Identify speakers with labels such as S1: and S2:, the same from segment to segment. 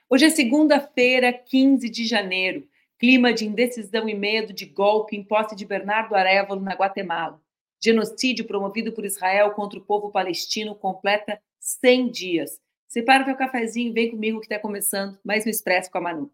S1: Hoje é segunda-feira, 15 de janeiro. Clima de indecisão e medo de golpe em posse de Bernardo Arévalo na Guatemala. Genocídio promovido por Israel contra o povo palestino completa 100 dias. Separa o teu cafezinho e vem comigo que está começando mais um Expresso com a Manu.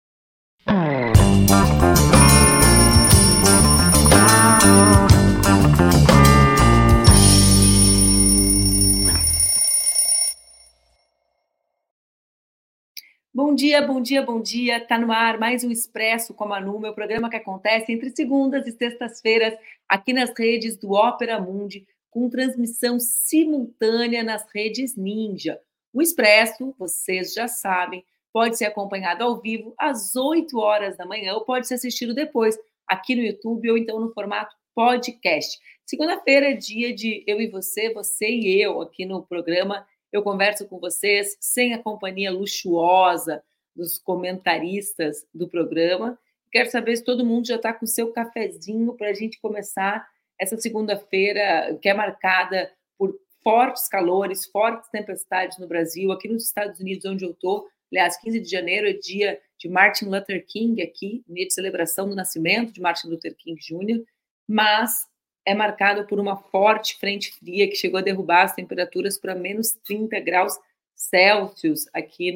S1: Bom dia, bom dia, bom dia. Tá no ar mais um Expresso com a Manu, meu programa que acontece entre segundas e sextas-feiras aqui nas redes do Opera Mundi, com transmissão simultânea nas redes Ninja. O Expresso, vocês já sabem, pode ser acompanhado ao vivo às 8 horas da manhã ou pode ser assistido depois aqui no YouTube ou então no formato podcast. Segunda-feira é dia de eu e você e eu aqui no programa. Eu converso com vocês sem a companhia luxuosa dos comentaristas do programa. Quero saber se todo mundo já está com o seu cafezinho para a gente começar essa segunda-feira, que é marcada por fortes calores, fortes tempestades no Brasil, aqui nos Estados Unidos, onde eu estou. Aliás, 15 de janeiro é dia de Martin Luther King aqui, dia de celebração do nascimento de Martin Luther King Jr., mas é marcado por uma forte frente fria que chegou a derrubar as temperaturas para menos 30 graus Celsius aqui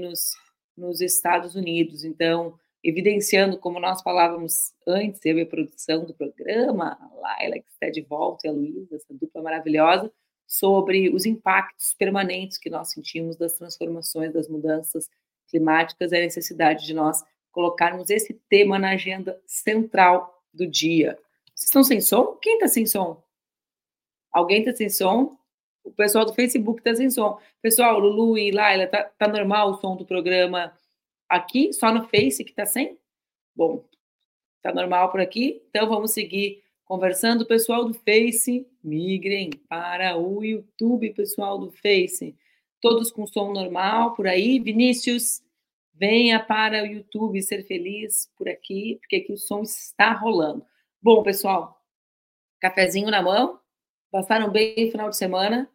S1: nos Estados Unidos. Então, evidenciando, como nós falávamos antes, eu e a produção do programa, a Laila, que está de volta, e a Luísa, essa dupla maravilhosa, sobre os impactos permanentes que nós sentimos das transformações, das mudanças climáticas e a necessidade de nós colocarmos esse tema na agenda central do dia. Vocês estão sem som? Quem está sem som? Alguém está sem som? O pessoal do Facebook está sem som. Pessoal, Lulu e Laila, tá normal o som do programa aqui? Só no Face que está sem? Bom, tá normal por aqui? Então vamos seguir conversando. Pessoal do Face, migrem para o YouTube, pessoal do Face. Todos com som normal por aí. Vinícius, venha para o YouTube ser feliz por aqui, porque aqui o som está rolando. Bom, pessoal, cafezinho na mão, passaram bem o final de semana?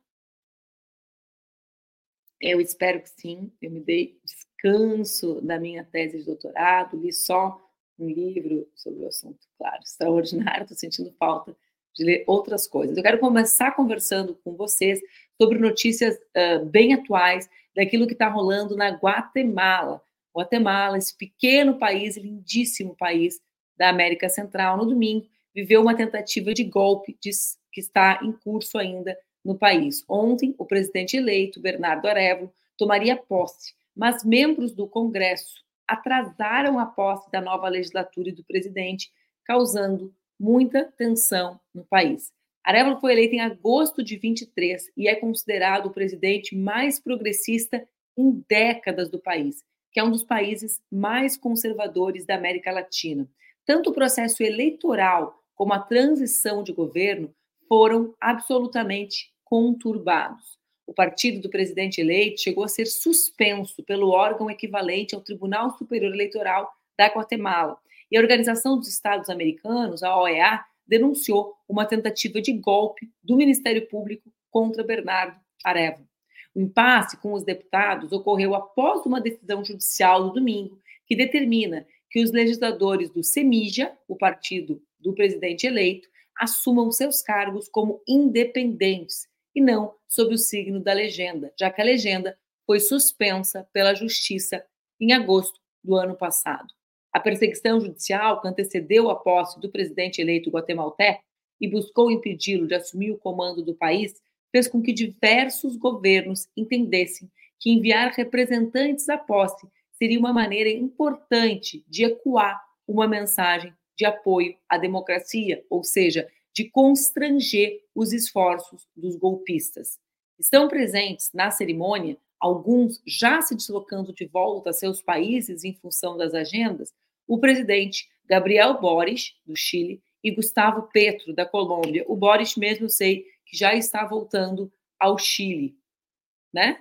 S1: Eu espero que sim, eu me dei descanso da minha tese de doutorado, li só um livro sobre o assunto, claro, extraordinário, estou sentindo falta de ler outras coisas. Eu quero começar conversando com vocês sobre notícias bem atuais daquilo que está rolando na Guatemala. Guatemala, esse pequeno país, lindíssimo país da América Central, no domingo, viveu uma tentativa de golpe que está em curso ainda no país. Ontem, o presidente eleito, Bernardo Arévalo, tomaria posse, mas membros do Congresso atrasaram a posse da nova legislatura e do presidente, causando muita tensão no país. Arévalo foi eleito em agosto de 23 e é considerado o presidente mais progressista em décadas do país, que é um dos países mais conservadores da América Latina. Tanto o processo eleitoral como a transição de governo foram absolutamente conturbados. O partido do presidente eleito chegou a ser suspenso pelo órgão equivalente ao Tribunal Superior Eleitoral da Guatemala. E a Organização dos Estados Americanos, a OEA, denunciou uma tentativa de golpe do Ministério Público contra Bernardo Arévalo. O impasse com os deputados ocorreu após uma decisão judicial no domingo que determina que os legisladores do Semilla, o partido do presidente eleito, assumam seus cargos como independentes e não sob o signo da legenda, já que a legenda foi suspensa pela Justiça em agosto do ano passado. A perseguição judicial que antecedeu a posse do presidente eleito guatemalteco e buscou impedi-lo de assumir o comando do país fez com que diversos governos entendessem que enviar representantes à posse seria uma maneira importante de ecoar uma mensagem de apoio à democracia, ou seja, de constranger os esforços dos golpistas. Estão presentes na cerimônia, alguns já se deslocando de volta a seus países em função das agendas, o presidente Gabriel Boric, do Chile, e Gustavo Petro, da Colômbia. O Boric mesmo eu sei que já está voltando ao Chile, né?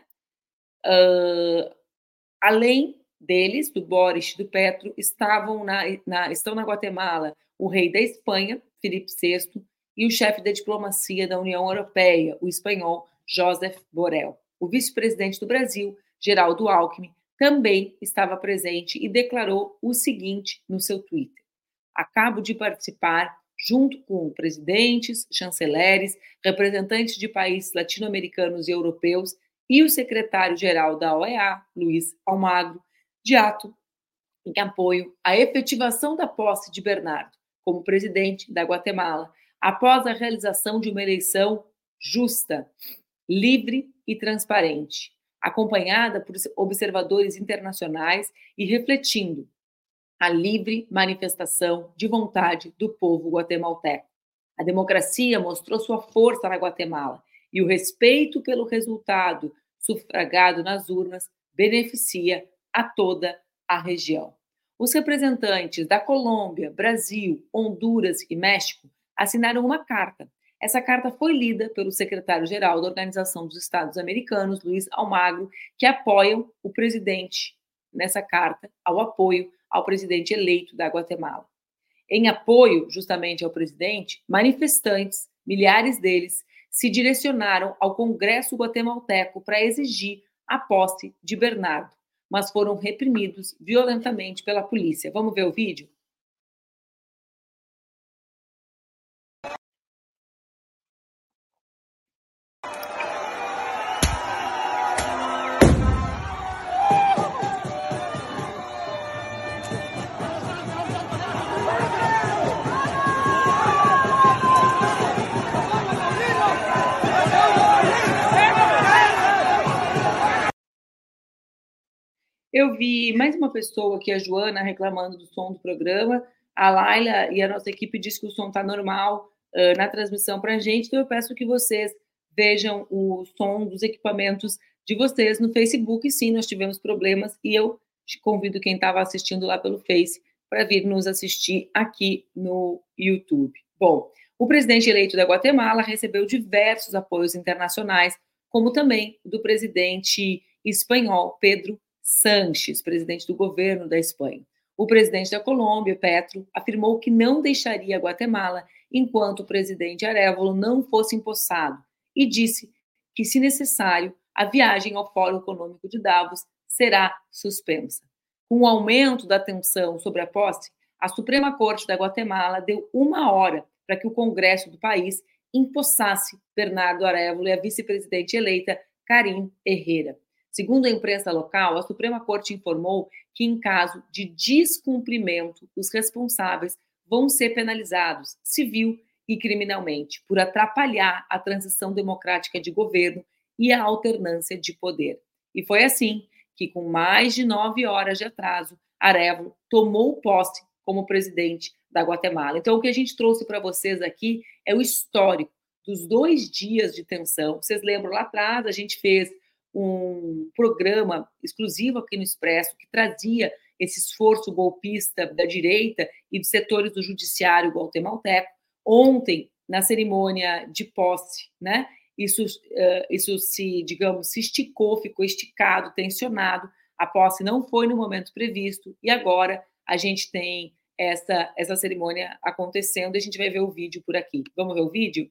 S1: Além deles, do Boric e do Petro, estão na Guatemala o rei da Espanha, Felipe VI, e o chefe da diplomacia da União Europeia, o espanhol Josep Borrell. O vice-presidente do Brasil, Geraldo Alckmin, também estava presente e declarou o seguinte no seu Twitter: acabo de participar, junto com presidentes, chanceleres, representantes de países latino-americanos e europeus e o secretário-geral da OEA, Luiz Almagro, de ato em apoio à efetivação da posse de Bernardo como presidente da Guatemala, após a realização de uma eleição justa, livre e transparente, acompanhada por observadores internacionais e refletindo a livre manifestação de vontade do povo guatemalteco. A democracia mostrou sua força na Guatemala e o respeito pelo resultado sufragado nas urnas beneficia a toda a região. Os representantes da Colômbia, Brasil, Honduras e México assinaram uma carta. Essa carta foi lida pelo secretário-geral da Organização dos Estados Americanos, Luiz Almagro, que apoiam o presidente nessa carta, ao presidente eleito da Guatemala. Em apoio justamente ao presidente, manifestantes, milhares deles, se direcionaram ao Congresso guatemalteco para exigir a posse de Bernardo, mas foram reprimidos violentamente pela polícia. Vamos ver o vídeo? Eu vi mais uma pessoa aqui, a Joana, reclamando do som do programa. A Laila e a nossa equipe disse que o som está normal na transmissão para a gente, então eu peço que vocês vejam o som dos equipamentos de vocês no Facebook. E sim, nós tivemos problemas e eu te convido quem estava assistindo lá pelo Face para vir nos assistir aqui no YouTube. Bom, o presidente eleito da Guatemala recebeu diversos apoios internacionais, como também do presidente espanhol, Pedro Sánchez, presidente do governo da Espanha. O presidente da Colômbia, Petro, afirmou que não deixaria a Guatemala enquanto o presidente Arévalo não fosse empossado e disse que, se necessário, a viagem ao Fórum Econômico de Davos será suspensa. Com o aumento da tensão sobre a posse, a Suprema Corte da Guatemala deu 1 hora para que o Congresso do país empossasse Bernardo Arévalo e a vice-presidente eleita Karin Herrera. Segundo a imprensa local, a Suprema Corte informou que, em caso de descumprimento, os responsáveis vão ser penalizados civil e criminalmente por atrapalhar a transição democrática de governo e a alternância de poder. E foi assim que, com mais de 9 horas de atraso, Arévalo tomou posse como presidente da Guatemala. Então, o que a gente trouxe para vocês aqui é o histórico dos 2 dias de tensão. Vocês lembram, lá atrás a gente fez um programa exclusivo aqui no Expresso que trazia esse esforço golpista da direita e dos setores do judiciário guatemalteco. Ontem, na cerimônia de posse, né, isso se esticou, ficou esticado, tensionado. A posse não foi no momento previsto e agora a gente tem essa cerimônia acontecendo e a gente vai ver o vídeo por aqui. Vamos ver o vídeo?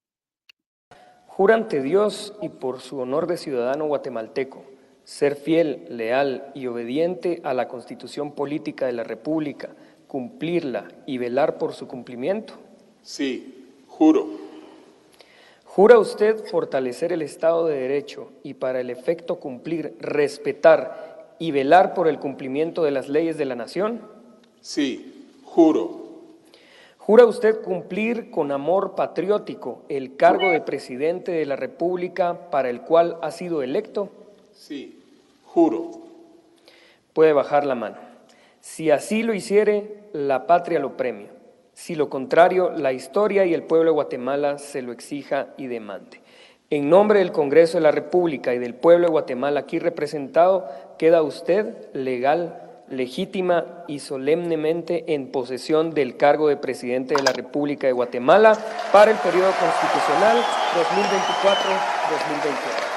S2: Jura ante Dios y por su honor de ciudadano guatemalteco ser fiel, leal y obediente a la Constitución Política de la República, cumplirla y velar por su cumplimiento.
S3: Sí, juro.
S2: ¿Jura usted fortalecer el Estado de Derecho y para el efecto cumplir, respetar y velar por el cumplimiento de las leyes de la nación?
S3: Sí, juro.
S2: ¿Jura usted cumplir con amor patriótico el cargo de presidente de la República para el cual ha sido electo?
S3: Sí, juro.
S2: Puede bajar la mano. Si así lo hiciere, la patria lo premia. Si lo contrario, la historia y el pueblo de Guatemala se lo exija y demande. En nombre del Congreso de la República y del pueblo de Guatemala aquí representado, queda usted legal, legítima y solemnemente en posesión del cargo de presidente de la República de Guatemala para el periodo constitucional 2024-2028.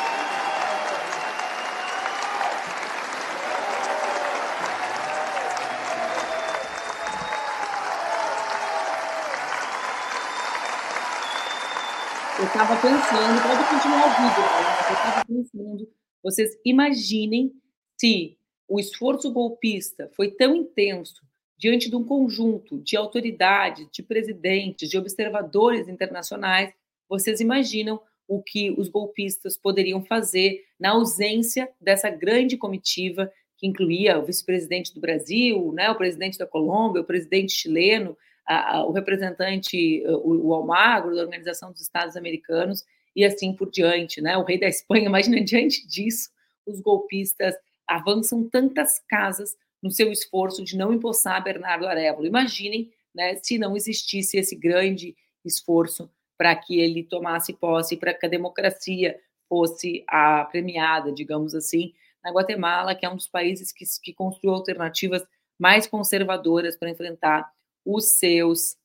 S1: Eu estava pensando, pode continuar o vídeo, eu estava pensando, vocês imaginem se o esforço golpista foi tão intenso diante de um conjunto de autoridades, de presidentes, de observadores internacionais, vocês imaginam o que os golpistas poderiam fazer na ausência dessa grande comitiva que incluía o vice-presidente do Brasil, né, o presidente da Colômbia, o presidente chileno, o representante, o Almagro, da Organização dos Estados Americanos, e assim por diante, né, o rei da Espanha. Imagina, diante disso, os golpistas avançam tantas casas no seu esforço de não empossar Bernardo Arévalo. Imaginem, né, se não existisse esse grande esforço para que ele tomasse posse, para que a democracia fosse a premiada, digamos assim, na Guatemala, que é um dos países que construiu alternativas mais conservadoras para enfrentar os seus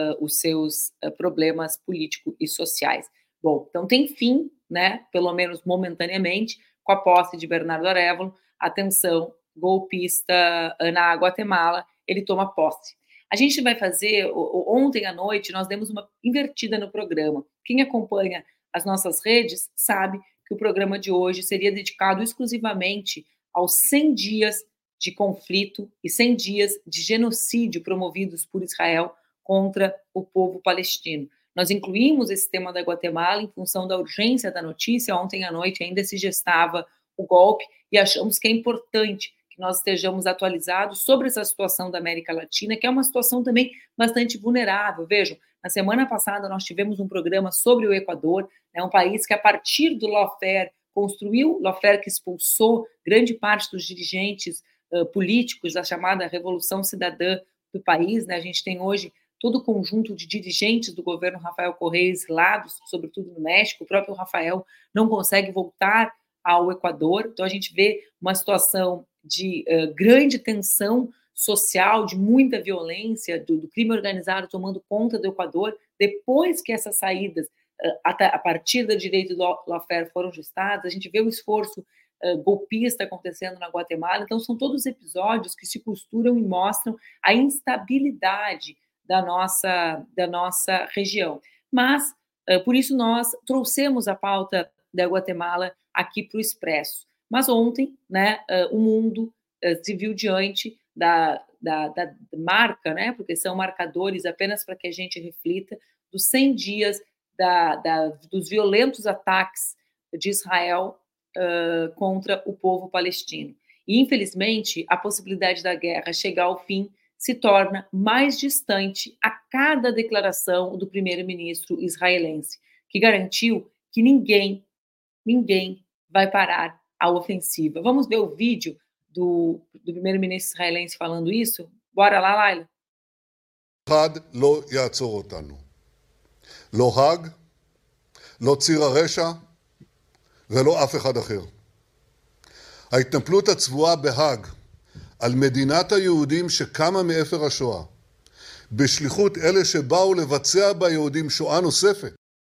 S1: problemas políticos e sociais. Bom, então tem fim, né, pelo menos momentaneamente, com a posse de Bernardo Arévalo, a tensão golpista na Guatemala, ele toma posse. A gente vai fazer, ontem à noite, nós demos uma invertida no programa. Quem acompanha as nossas redes sabe que o programa de hoje seria dedicado exclusivamente aos 100 dias de conflito e 100 dias de genocídio promovidos por Israel contra o povo palestino. Nós incluímos esse tema da Guatemala em função da urgência da notícia. Ontem à noite ainda se gestava o golpe e achamos que é importante que nós estejamos atualizados sobre essa situação da América Latina, que é uma situação também bastante vulnerável. Vejam, na semana passada nós tivemos um programa sobre o Equador, né, um país que a partir do lawfare construiu, lawfare que expulsou grande parte dos dirigentes políticos da chamada Revolução Cidadã do país, né? A gente tem hoje todo o conjunto de dirigentes do governo Rafael Correa exilados, sobretudo no México. O próprio Rafael não consegue voltar ao Equador. Então, a gente vê uma situação de grande tensão social, de muita violência, do crime organizado tomando conta do Equador, depois que essas saídas, a partir da direita do lawfare, foram gestadas. A gente vê o esforço golpista acontecendo na Guatemala. Então, são todos episódios que se costuram e mostram a instabilidade da nossa região. Mas, por isso, nós trouxemos a pauta da Guatemala aqui para o Expresso. Mas ontem, né, o mundo se viu diante da marca, né, porque são marcadores apenas para que a gente reflita, dos 100 dias dos violentos ataques de Israel contra o povo palestino. E, infelizmente, a possibilidade da guerra chegar ao fim se torna mais distante a cada declaração do primeiro-ministro israelense, que garantiu que ninguém vai parar a ofensiva. Vamos ver o vídeo do primeiro-ministro israelense falando isso? Bora lá, Laila.
S4: אחד לא יעצור אותנו. לא האג, לא ציר הרשע ולא אף אחד אחר. ההתנפלות הצבועה בהאג על מדינת היהודים שקמה מאפר השואה, בשליחות אלה שבאו לבצע ביהודים שואה נוספת.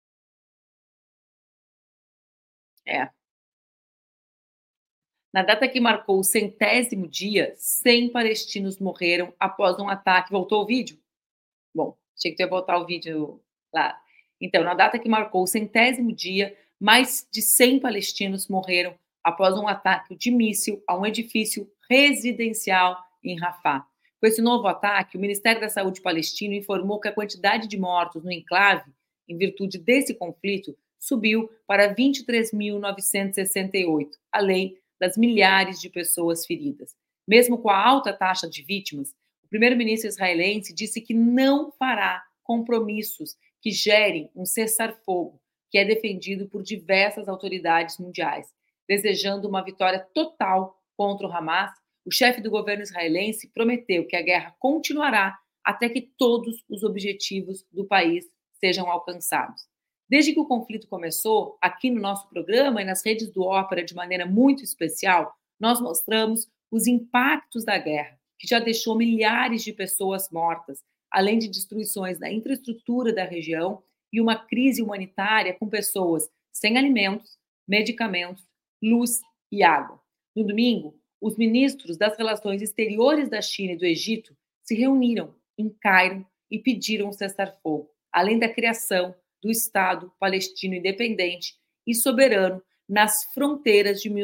S1: Na data que marcou o 100º dia, 100 palestinos morreram após um ataque. Voltou o vídeo? Bom, achei que tu ia voltar o vídeo lá. Então, na data que marcou o 100º dia, mais de 100 palestinos morreram após um ataque de míssil a um edifício residencial em Rafah. Com esse novo ataque, o Ministério da Saúde palestino informou que a quantidade de mortos no enclave, em virtude desse conflito, subiu para 23.968, além das milhares de pessoas feridas. Mesmo com a alta taxa de vítimas, o primeiro-ministro israelense disse que não fará compromissos que gerem um cessar-fogo, que é defendido por diversas autoridades mundiais. Desejando uma vitória total contra o Hamas, o chefe do governo israelense prometeu que a guerra continuará até que todos os objetivos do país sejam alcançados. Desde que o conflito começou, aqui no nosso programa e nas redes do Ópera de maneira muito especial, nós mostramos os impactos da guerra, que já deixou milhares de pessoas mortas, além de destruições na infraestrutura da região e uma crise humanitária com pessoas sem alimentos, medicamentos, luz e água. No domingo, os ministros das Relações Exteriores da China e do Egito se reuniram em Cairo e pediram um cessar-fogo, além da criação do Estado palestino independente e soberano nas fronteiras de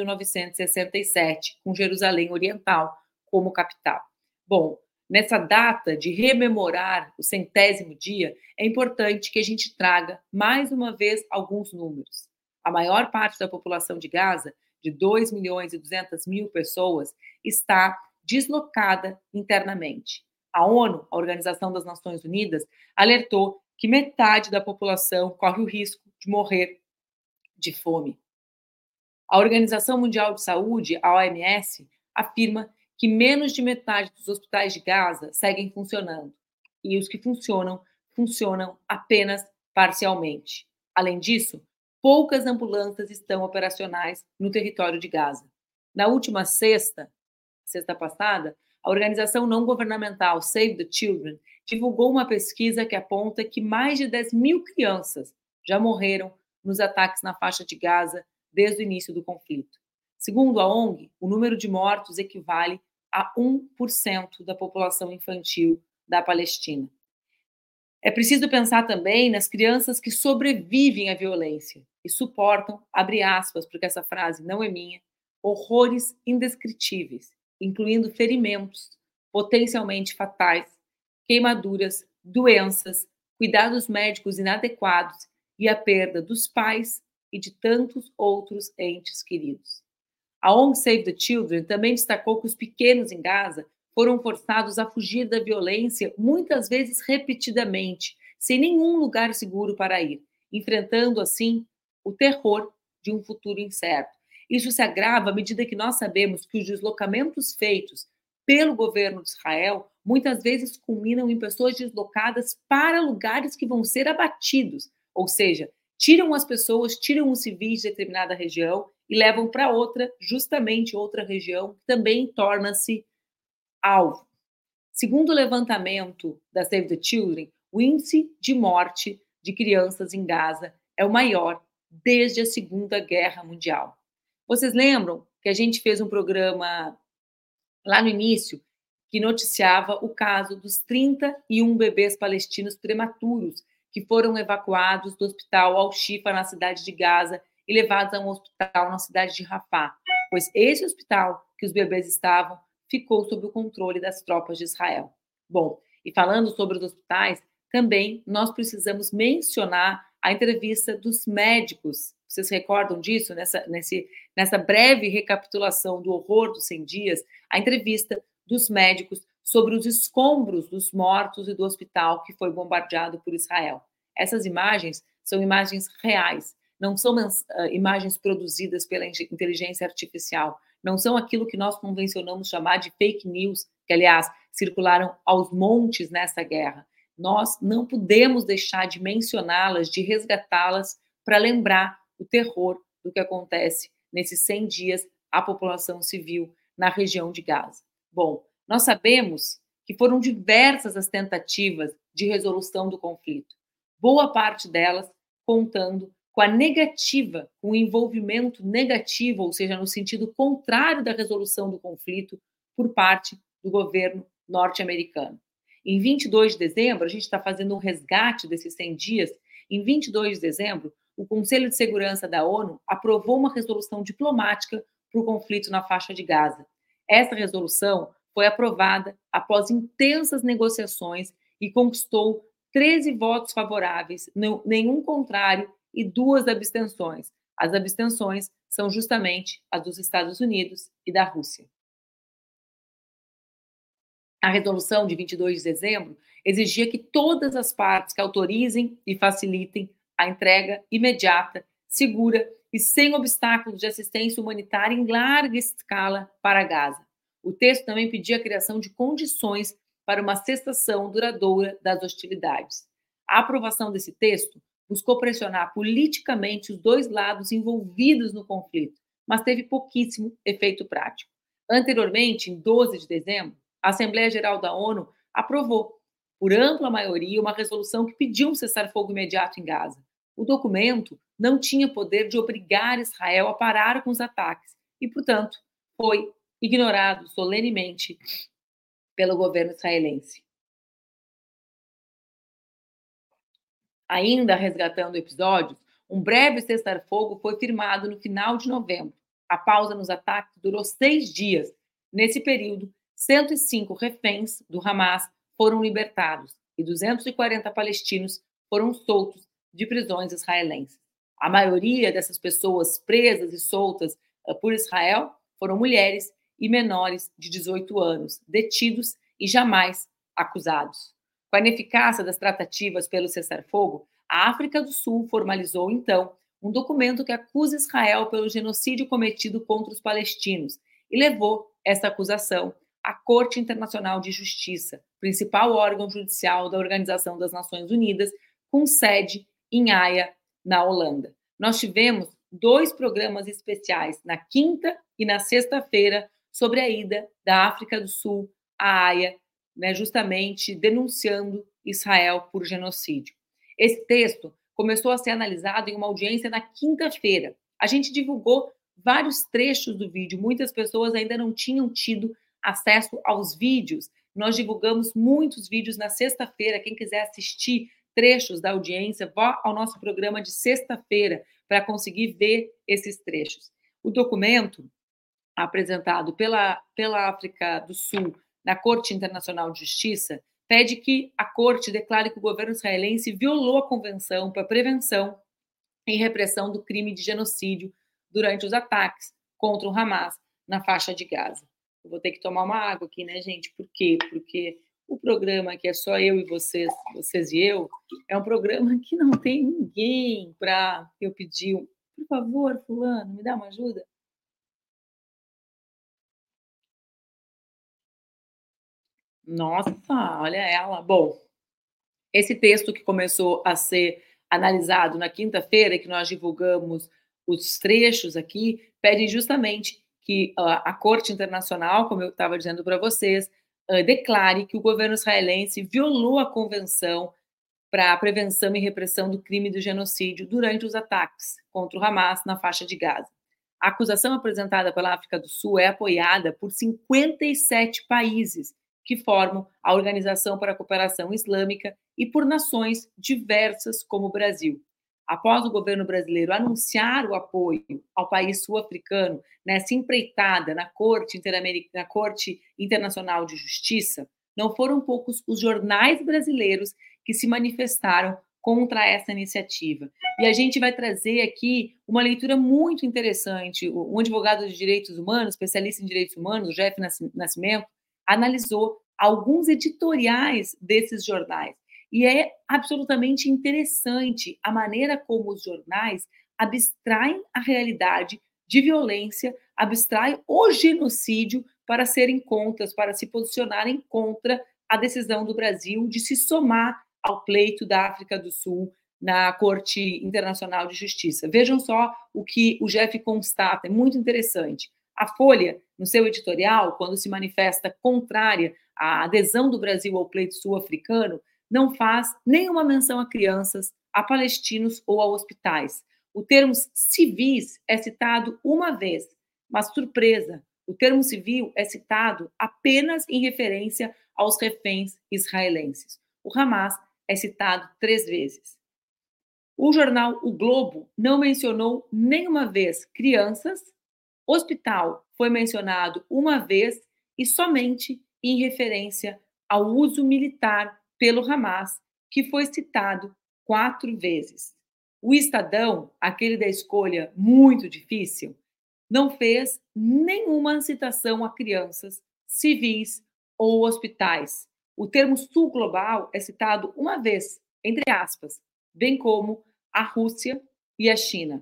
S1: 1967, com Jerusalém Oriental como capital. Bom, nessa data de rememorar o 100º dia, é importante que a gente traga, mais uma vez, alguns números. A maior parte da população de Gaza, de 2.200.000 pessoas, está deslocada internamente. A ONU, a Organização das Nações Unidas, alertou que metade da população corre o risco de morrer de fome. A Organização Mundial de Saúde, a OMS, afirma que menos de metade dos hospitais de Gaza seguem funcionando, e os que funcionam apenas parcialmente. Além disso, poucas ambulâncias estão operacionais no território de Gaza. Na última sexta passada, a organização não governamental Save the Children divulgou uma pesquisa que aponta que mais de 10.000 crianças já morreram nos ataques na faixa de Gaza desde o início do conflito. Segundo a ONG, o número de mortos equivale a 1% da população infantil da Palestina. É preciso pensar também nas crianças que sobrevivem à violência e suportam, abre aspas, porque essa frase não é minha, horrores indescritíveis, incluindo ferimentos potencialmente fatais, queimaduras, doenças, cuidados médicos inadequados e a perda dos pais e de tantos outros entes queridos. A ONG Save the Children também destacou que os pequenos em Gaza foram forçados a fugir da violência, muitas vezes repetidamente, sem nenhum lugar seguro para ir, enfrentando, assim, o terror de um futuro incerto. Isso se agrava à medida que nós sabemos que os deslocamentos feitos pelo governo de Israel muitas vezes culminam em pessoas deslocadas para lugares que vão ser abatidos, ou seja, tiram as pessoas, tiram os civis de determinada região e levam para outra, justamente outra região, que também torna-se alvo. Segundo o levantamento da Save the Children, o índice de morte de crianças em Gaza é o maior desde a Segunda Guerra Mundial. Vocês lembram que a gente fez um programa lá no início que noticiava o caso dos 31 bebês palestinos prematuros que foram evacuados do hospital Al-Shifa na cidade de Gaza e levados a um hospital na cidade de Rafah, pois esse hospital que os bebês estavam ficou sob o controle das tropas de Israel. Bom, e falando sobre os hospitais, também nós precisamos mencionar a entrevista dos médicos. Vocês recordam disso? Nessa breve recapitulação do horror dos 100 dias, a entrevista dos médicos sobre os escombros dos mortos e do hospital que foi bombardeado por Israel. Essas imagens são imagens reais, não são imagens produzidas pela inteligência artificial, não são aquilo que nós convencionamos chamar de fake news, que, aliás, circularam aos montes nessa guerra. Nós não podemos deixar de mencioná-las, de resgatá-las, para lembrar o terror do que acontece nesses 100 dias à população civil na região de Gaza. Bom, nós sabemos que foram diversas as tentativas de resolução do conflito, boa parte delas contando com a negativa, com o envolvimento negativo, ou seja, no sentido contrário da resolução do conflito por parte do governo norte-americano. Em 22 de dezembro, a gente está fazendo um resgate desses 100 dias, em 22 de dezembro, o Conselho de Segurança da ONU aprovou uma resolução diplomática para o conflito na faixa de Gaza. Essa resolução foi aprovada após intensas negociações e conquistou 13 votos favoráveis, nenhum contrário e 2 abstenções. As abstenções são justamente as dos Estados Unidos e da Rússia. A resolução de 22 de dezembro exigia que todas as partes que autorizem e facilitem a entrega imediata, segura e sem obstáculos de assistência humanitária em larga escala para Gaza. O texto também pedia a criação de condições para uma cessação duradoura das hostilidades. A aprovação desse texto buscou pressionar politicamente os dois lados envolvidos no conflito, mas teve pouquíssimo efeito prático. Anteriormente, em 12 de dezembro, a Assembleia Geral da ONU aprovou, por ampla maioria, uma resolução que pediu um cessar-fogo imediato em Gaza. O documento não tinha poder de obrigar Israel a parar com os ataques e, portanto, foi ignorado solenemente pelo governo israelense. Ainda resgatando episódios, Um breve cessar-fogo foi firmado no final de novembro. A pausa nos ataques durou 6 dias. Nesse período, 105 reféns do Hamas foram libertados e 240 palestinos foram soltos de prisões israelenses. A maioria dessas pessoas presas e soltas por Israel foram mulheres e menores de 18 anos, detidos e jamais acusados. Com a ineficácia das tratativas pelo cessar-fogo, a África do Sul formalizou, então, um documento que acusa Israel pelo genocídio cometido contra os palestinos e levou essa acusação à Corte Internacional de Justiça, principal órgão judicial da Organização das Nações Unidas, com sede em Haia, na Holanda. Nós tivemos 2 programas especiais, na quinta e na sexta-feira, sobre a ida da África do Sul à Haia, né, justamente denunciando Israel por genocídio. Esse texto começou a ser analisado em uma audiência na quinta-feira. A gente divulgou vários trechos do vídeo, muitas pessoas ainda não tinham tido acesso aos vídeos. Nós divulgamos muitos vídeos na sexta-feira. Quem quiser assistir trechos da audiência, vá ao nosso programa de sexta-feira para conseguir ver esses trechos. O documento apresentado pela África do Sul na Corte Internacional de Justiça pede que a Corte declare que o governo israelense violou a Convenção para Prevenção e Repressão do Crime de Genocídio durante os ataques contra o Hamas na faixa de Gaza. Eu vou ter que tomar uma água aqui, né, gente? Por quê? Porque o programa que é só eu e vocês e eu, é um programa que não tem ninguém para eu pedir, por favor, fulano, me dá uma ajuda? Nossa, olha ela. Bom, esse texto que começou a ser analisado na quinta-feira, que nós divulgamos os trechos aqui, pede justamente que a Corte Internacional, como eu estava dizendo para vocês, declare que o governo israelense violou a Convenção para a Prevenção e Repressão do Crime do Genocídio durante os ataques contra o Hamas na faixa de Gaza. A acusação apresentada pela África do Sul é apoiada por 57 países que formam a Organização para a Cooperação Islâmica e por nações diversas como o Brasil. Após o governo brasileiro anunciar o apoio ao país sul-africano nessa empreitada na Corte Internacional de Justiça, não foram poucos os jornais brasileiros que se manifestaram contra essa iniciativa. E a gente vai trazer aqui uma leitura muito interessante. Um advogado de direitos humanos, especialista em direitos humanos, o Jeff Nascimento, analisou alguns editoriais desses jornais. E é absolutamente interessante a maneira como os jornais abstraem a realidade de violência, abstraem o genocídio para serem contas, para se posicionarem contra a decisão do Brasil de se somar ao pleito da África do Sul na Corte Internacional de Justiça. Vejam só o que o Jeff constata, é muito interessante. A Folha, no seu editorial, quando se manifesta contrária à adesão do Brasil ao pleito sul-africano, não faz nenhuma menção a crianças, a palestinos ou a hospitais. O termo civis é citado uma vez, mas surpresa, o termo civil é citado apenas em referência aos reféns israelenses. O Hamas é citado 3 vezes. O jornal O Globo não mencionou nenhuma vez crianças. Hospital foi mencionado uma vez e somente em referência ao uso militar pelo Hamas, que foi citado 4 vezes. O Estadão, aquele da escolha muito difícil, não fez nenhuma citação a crianças, civis ou hospitais. O termo sul global é citado uma vez, entre aspas, bem como a Rússia e a China.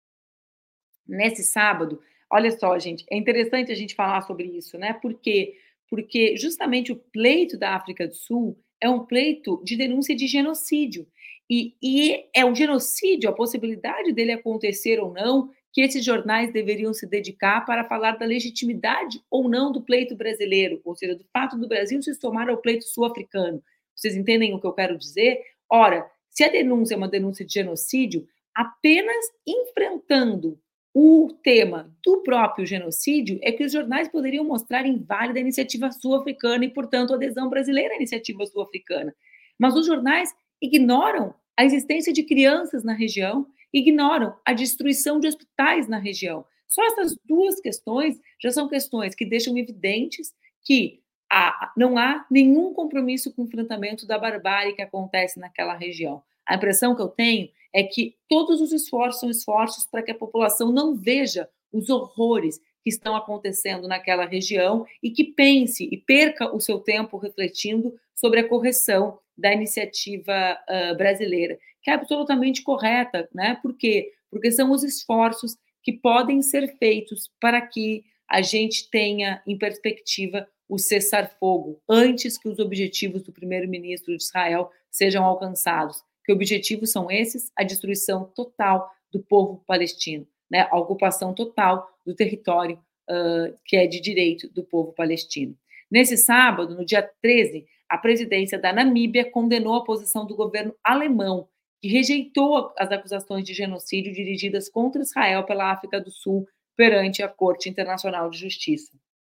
S1: Nesse sábado, olha só, gente, é interessante a gente falar sobre isso, né? Por quê? Porque justamente o pleito da África do Sul é um pleito de denúncia de genocídio. E é o genocídio, a possibilidade dele acontecer ou não, que esses jornais deveriam se dedicar para falar da legitimidade ou não do pleito brasileiro, ou seja, do fato do Brasil se somar ao pleito sul-africano. Vocês entendem o que eu quero dizer? Ora, se a denúncia é uma denúncia de genocídio, apenas enfrentando o tema do próprio genocídio é que os jornais poderiam mostrar inválida a iniciativa sul-africana e, portanto, a adesão brasileira à iniciativa sul-africana. Mas os jornais ignoram a existência de crianças na região, ignoram a destruição de hospitais na região. Só essas duas questões já são questões que deixam evidentes que não há nenhum compromisso com o enfrentamento da barbárie que acontece naquela região. A impressão que eu tenho é que todos os esforços são esforços para que a população não veja os horrores que estão acontecendo naquela região e que pense e perca o seu tempo refletindo sobre a correção da iniciativa brasileira, que é absolutamente correta, né? Por quê? Porque são os esforços que podem ser feitos para que a gente tenha em perspectiva o cessar-fogo antes que os objetivos do primeiro-ministro de Israel sejam alcançados. Que objetivos são esses? A destruição total do povo palestino, né? A ocupação total do território que é de direito do povo palestino. Nesse sábado, no dia 13, a presidência da Namíbia condenou a posição do governo alemão, que rejeitou as acusações de genocídio dirigidas contra Israel pela África do Sul perante a Corte Internacional de Justiça.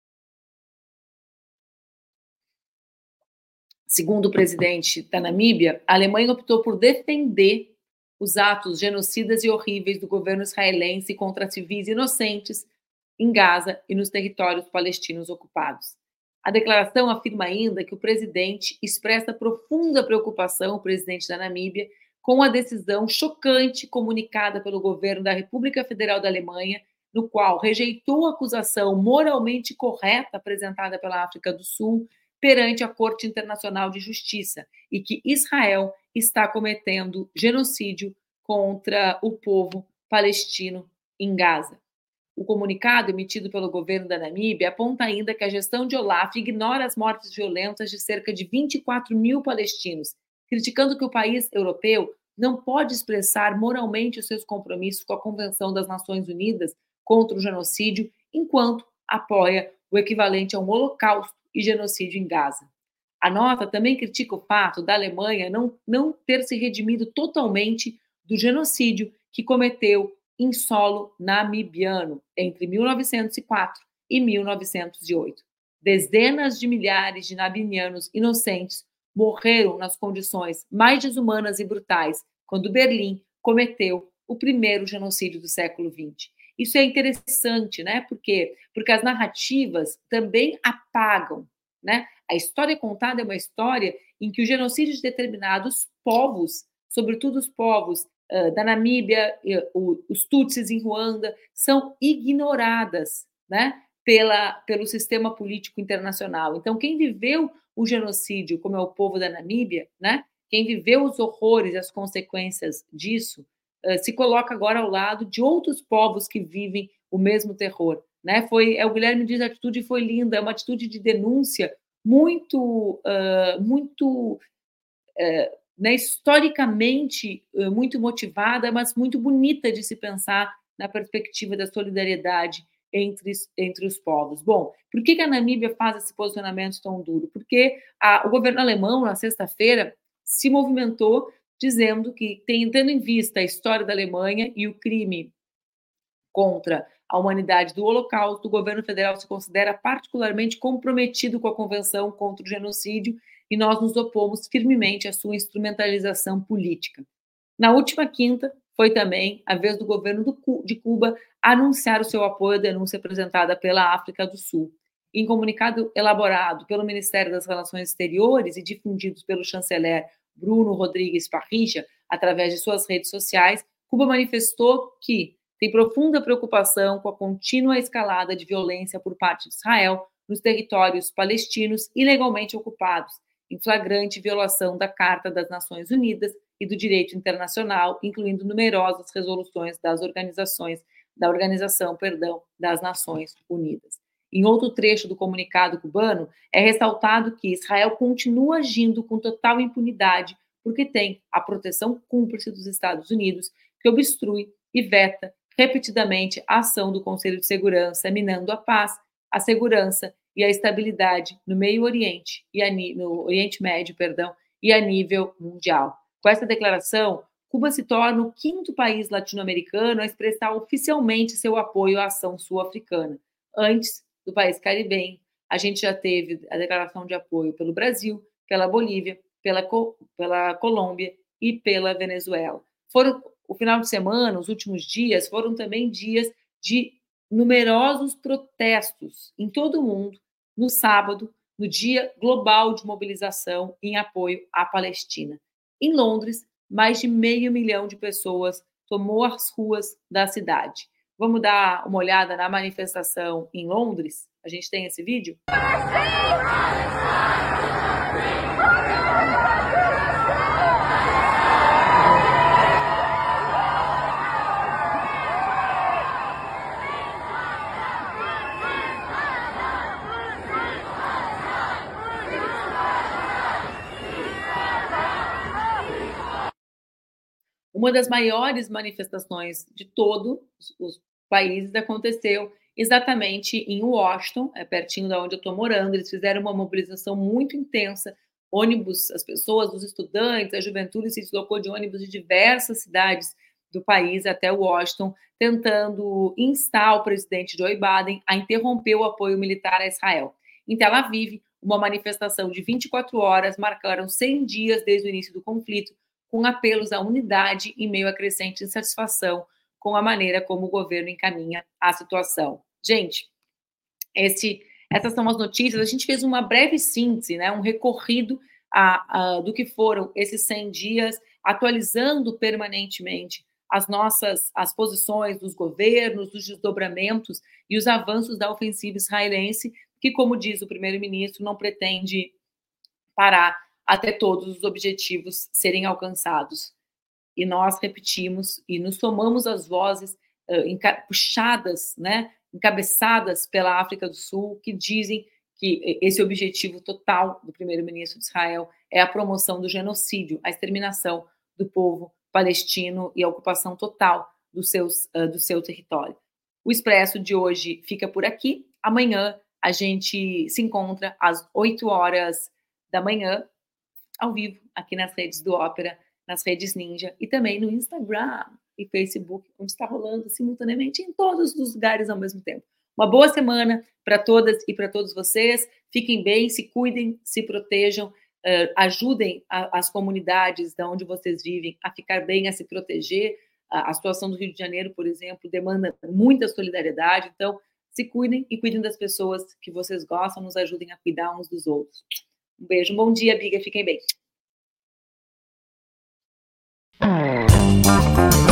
S1: Segundo o presidente da Namíbia, a Alemanha optou por defender os atos genocidas e horríveis do governo israelense contra civis inocentes em Gaza e nos territórios palestinos ocupados. A declaração afirma ainda que o presidente expressa profunda preocupação, o presidente da Namíbia, com a decisão chocante comunicada pelo governo da República Federal da Alemanha, no qual rejeitou a acusação moralmente correta apresentada pela África do Sul perante a Corte Internacional de Justiça e que Israel está cometendo genocídio contra o povo palestino em Gaza. O comunicado emitido pelo governo da Namíbia aponta ainda que a gestão de Olaf ignora as mortes violentas de cerca de 24 mil palestinos, criticando que o país europeu não pode expressar moralmente os seus compromissos com a Convenção das Nações Unidas contra o genocídio, enquanto apoia o equivalente a um holocausto e genocídio em Gaza. A nota também critica o fato da Alemanha não ter se redimido totalmente do genocídio que cometeu em solo namibiano entre 1904 e 1908. Dezenas de milhares de namibianos inocentes morreram nas condições mais desumanas e brutais quando Berlim cometeu o primeiro genocídio do século XX. Isso é interessante, né? Por quê? Porque as narrativas também apagam, né? A história contada é uma história em que o genocídio de determinados povos, sobretudo os povos da Namíbia, os Tutsis em Ruanda, são ignoradas, né? Pelo sistema político internacional. Então, quem viveu o genocídio, como é o povo da Namíbia, né? Quem viveu os horrores e as consequências disso, se coloca agora ao lado de outros povos que vivem o mesmo terror, né? O Guilherme diz, a atitude foi linda, é uma atitude de denúncia muito, né, historicamente muito motivada, mas muito bonita de se pensar na perspectiva da solidariedade entre os povos. Bom, por que a Namíbia faz esse posicionamento tão duro? Porque o governo alemão, na sexta-feira, se movimentou dizendo que, tendo em vista a história da Alemanha e o crime contra a humanidade do Holocausto, o governo federal se considera particularmente comprometido com a Convenção contra o Genocídio e nós nos opomos firmemente à sua instrumentalização política. Na última quinta, foi também a vez do governo de Cuba anunciar o seu apoio à denúncia apresentada pela África do Sul. Em comunicado elaborado pelo Ministério das Relações Exteriores e difundido pelo chanceler Bruno Rodrigues Parrilla, através de suas redes sociais, Cuba manifestou que tem profunda preocupação com a contínua escalada de violência por parte de Israel nos territórios palestinos ilegalmente ocupados, em flagrante violação da Carta das Nações Unidas e do direito internacional, incluindo numerosas resoluções da Organização das Nações Unidas. Em outro trecho do comunicado cubano, é ressaltado que Israel continua agindo com total impunidade porque tem a proteção cúmplice dos Estados Unidos, que obstrui e veta repetidamente a ação do Conselho de Segurança, minando a paz, a segurança e a estabilidade no Meio Oriente no Oriente Médio, e a nível mundial. Com essa declaração, Cuba se torna o quinto país latino-americano a expressar oficialmente seu apoio à ação sul-africana. Antes do país caribenho, a gente já teve a declaração de apoio pelo Brasil, pela Bolívia, pela Colômbia e pela Venezuela. o final de semana, os últimos dias, foram também dias de numerosos protestos em todo o mundo, no sábado, no Dia Global de Mobilização em apoio à Palestina. Em Londres, mais de 500 mil de pessoas tomou as ruas da cidade. Vamos dar uma olhada na manifestação em Londres? A gente tem esse vídeo? Uma das maiores manifestações de todos os países aconteceu exatamente em Washington, pertinho da onde eu estou morando. Eles fizeram uma mobilização muito intensa, ônibus, as pessoas, os estudantes, a juventude se deslocou de ônibus de diversas cidades do país até Washington, tentando instar o presidente Joe Biden a interromper o apoio militar a Israel. Em Tel Aviv, uma manifestação de 24 horas marcaram 100 dias desde o início do conflito, com apelos à unidade em meio à crescente insatisfação com a maneira como o governo encaminha a situação. Gente, essas são as notícias. A gente fez uma breve síntese, né, um recorrido do que foram esses 100 dias, atualizando permanentemente as posições dos governos, os desdobramentos e os avanços da ofensiva israelense, que, como diz o primeiro-ministro, não pretende parar até todos os objetivos serem alcançados. E nós repetimos e nos somamos às vozes puxadas, né, encabeçadas pela África do Sul, que dizem que esse objetivo total do primeiro-ministro de Israel é a promoção do genocídio, a exterminação do povo palestino e a ocupação total do seu território. O Expresso de hoje fica por aqui. Amanhã a gente se encontra às 8 horas da manhã, ao vivo, aqui nas redes do Ópera, nas redes Ninja e também no Instagram e Facebook, onde está rolando simultaneamente em todos os lugares ao mesmo tempo. Uma boa semana para todas e para todos vocês. Fiquem bem, se cuidem, se protejam, ajudem as comunidades de onde vocês vivem a ficar bem, a se proteger. A situação do Rio de Janeiro, por exemplo, demanda muita solidariedade. Então, se cuidem e cuidem das pessoas que vocês gostam, nos ajudem a cuidar uns dos outros. Um beijo, um bom dia, Biga, fiquem bem.